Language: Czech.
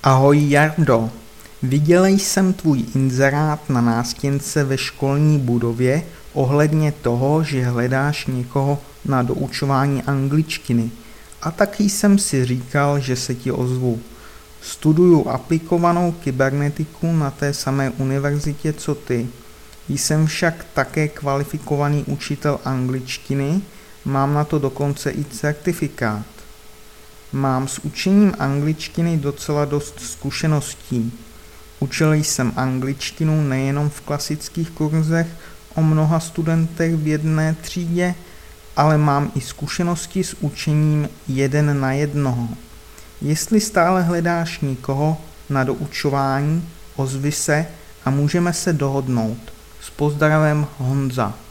Ahoj Jardo, viděl jsem tvůj inzerát na nástěnce ve školní budově ohledně toho, že hledáš někoho na doučování angličtiny. A taky jsem si říkal, že se ti ozvu. Studuju aplikovanou kybernetiku na té samé univerzitě co ty. Jsem však také kvalifikovaný učitel angličtiny, mám na to dokonce i certifikát. Mám s učením angličtiny docela dost zkušeností. Učil jsem angličtinu nejenom v klasických kurzech o mnoha studentech v jedné třídě, ale mám i zkušenosti s učením 1 na 1. Jestli stále hledáš někoho na doučování, ozvi se a můžeme se dohodnout. S pozdravem Honza.